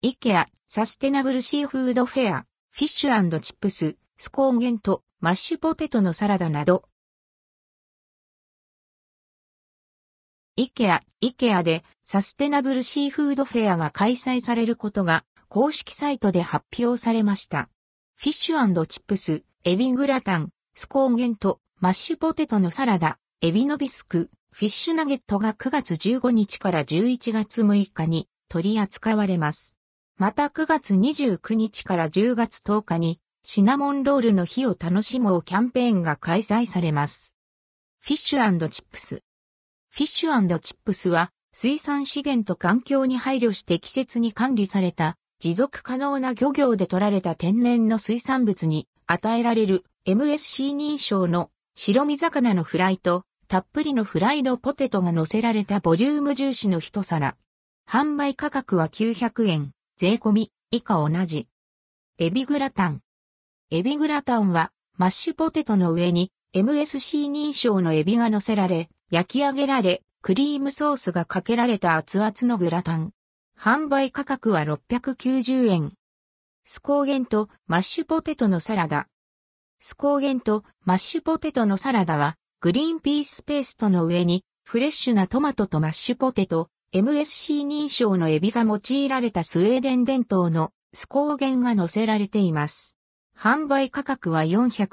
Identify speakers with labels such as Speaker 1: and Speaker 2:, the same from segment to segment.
Speaker 1: IKEA、サステナブルシーフードフェア、フィッシュ&チップス、スコーゲンとマッシュポテトのサラダなど。IKEA でサステナブルシーフードフェアが開催されることが公式サイトで発表されました。フィッシュ&チップス、エビグラタン、スコーゲンとマッシュポテトのサラダ、エビのビスク、フィッシュナゲットが9月15日から11月6日に取り扱われます。また9月29日から10月10日にシナモンロールの日を楽しもうキャンペーンが開催されます。フィッシュ&チップス。フィッシュ&チップスは水産資源と環境に配慮して適切に管理された持続可能な漁業で取られた天然の水産物に与えられる MSC 認証の白身魚のフライとたっぷりのフライドポテトが乗せられたボリューム重視の一皿。販売価格は900円、税込み以下同じ。エビグラタン。エビグラタンはマッシュポテトの上に MSC 認証のエビが乗せられ、焼き上げられ、クリームソースがかけられた熱々のグラタン。販売価格は690円。スコーゲンとマッシュポテトのサラダ。スコーゲンとマッシュポテトのサラダは、グリーンピースペーストの上に、フレッシュなトマトとマッシュポテト、MSC 認証のエビが用いられたスウェーデン伝統のスコーゲンが乗せられています。販売価格は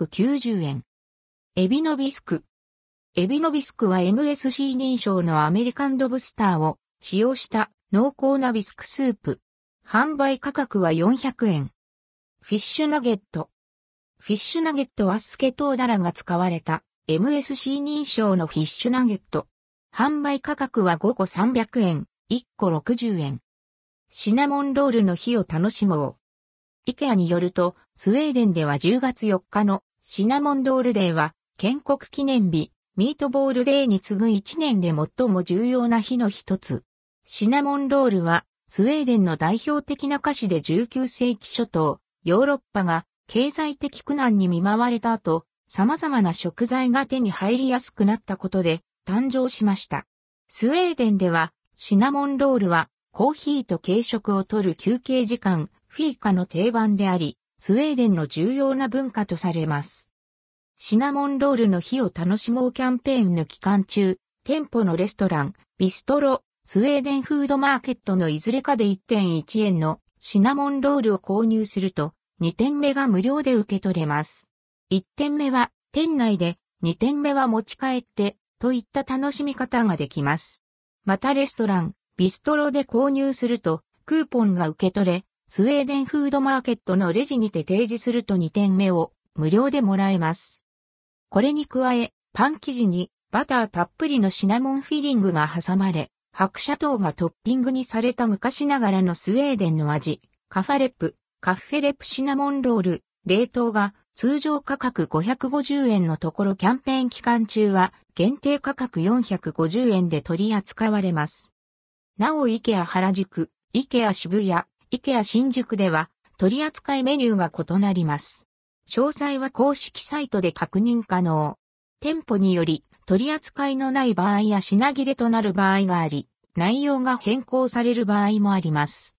Speaker 1: 490円。エビのビスク。エビのビスクは MSC 認証のアメリカンロブスターを使用した濃厚なビスクスープ。販売価格は400円。フィッシュナゲット。フィッシュナゲットはスケトウダラが使われた MSC 認証のフィッシュナゲット。販売価格は5個300円、1個60円。シナモンロールの日を楽しもう。IKEA によると、スウェーデンでは10月4日のシナモンロールデーは建国記念日、ミートボールデーに次ぐ1年で最も重要な日の一つ。シナモンロールはスウェーデンの代表的な菓子で19世紀初頭、ヨーロッパが経済的苦難に見舞われた後、様々な食材が手に入りやすくなったことで誕生しました。スウェーデンではシナモンロールはコーヒーと軽食を取る休憩時間、フィーカの定番であり、スウェーデンの重要な文化とされます。シナモンロールの日を楽しもうキャンペーンの期間中、店舗のレストラン、ビストロ、スウェーデンフードマーケットのいずれかで 1.1 円のシナモンロールを購入すると、2点目が無料で受け取れます。1点目は店内で、2点目は持ち帰って、といった楽しみ方ができます。またレストラン、ビストロで購入すると、クーポンが受け取れ、スウェーデンフードマーケットのレジにて提示すると2点目を無料でもらえます。これに加え、パン生地にバターたっぷりのシナモンフィリングが挟まれ、白砂糖がトッピングにされた昔ながらのスウェーデンの味、カフェレプシナモンロール、冷凍が通常価格550円のところキャンペーン期間中は限定価格450円で取り扱われます。なお IKEA 原宿、IKEA 渋谷、IKEA 新宿では取扱いメニューが異なります。詳細は公式サイトで確認可能。店舗により取り扱いのない場合や品切れとなる場合があり、内容が変更される場合もあります。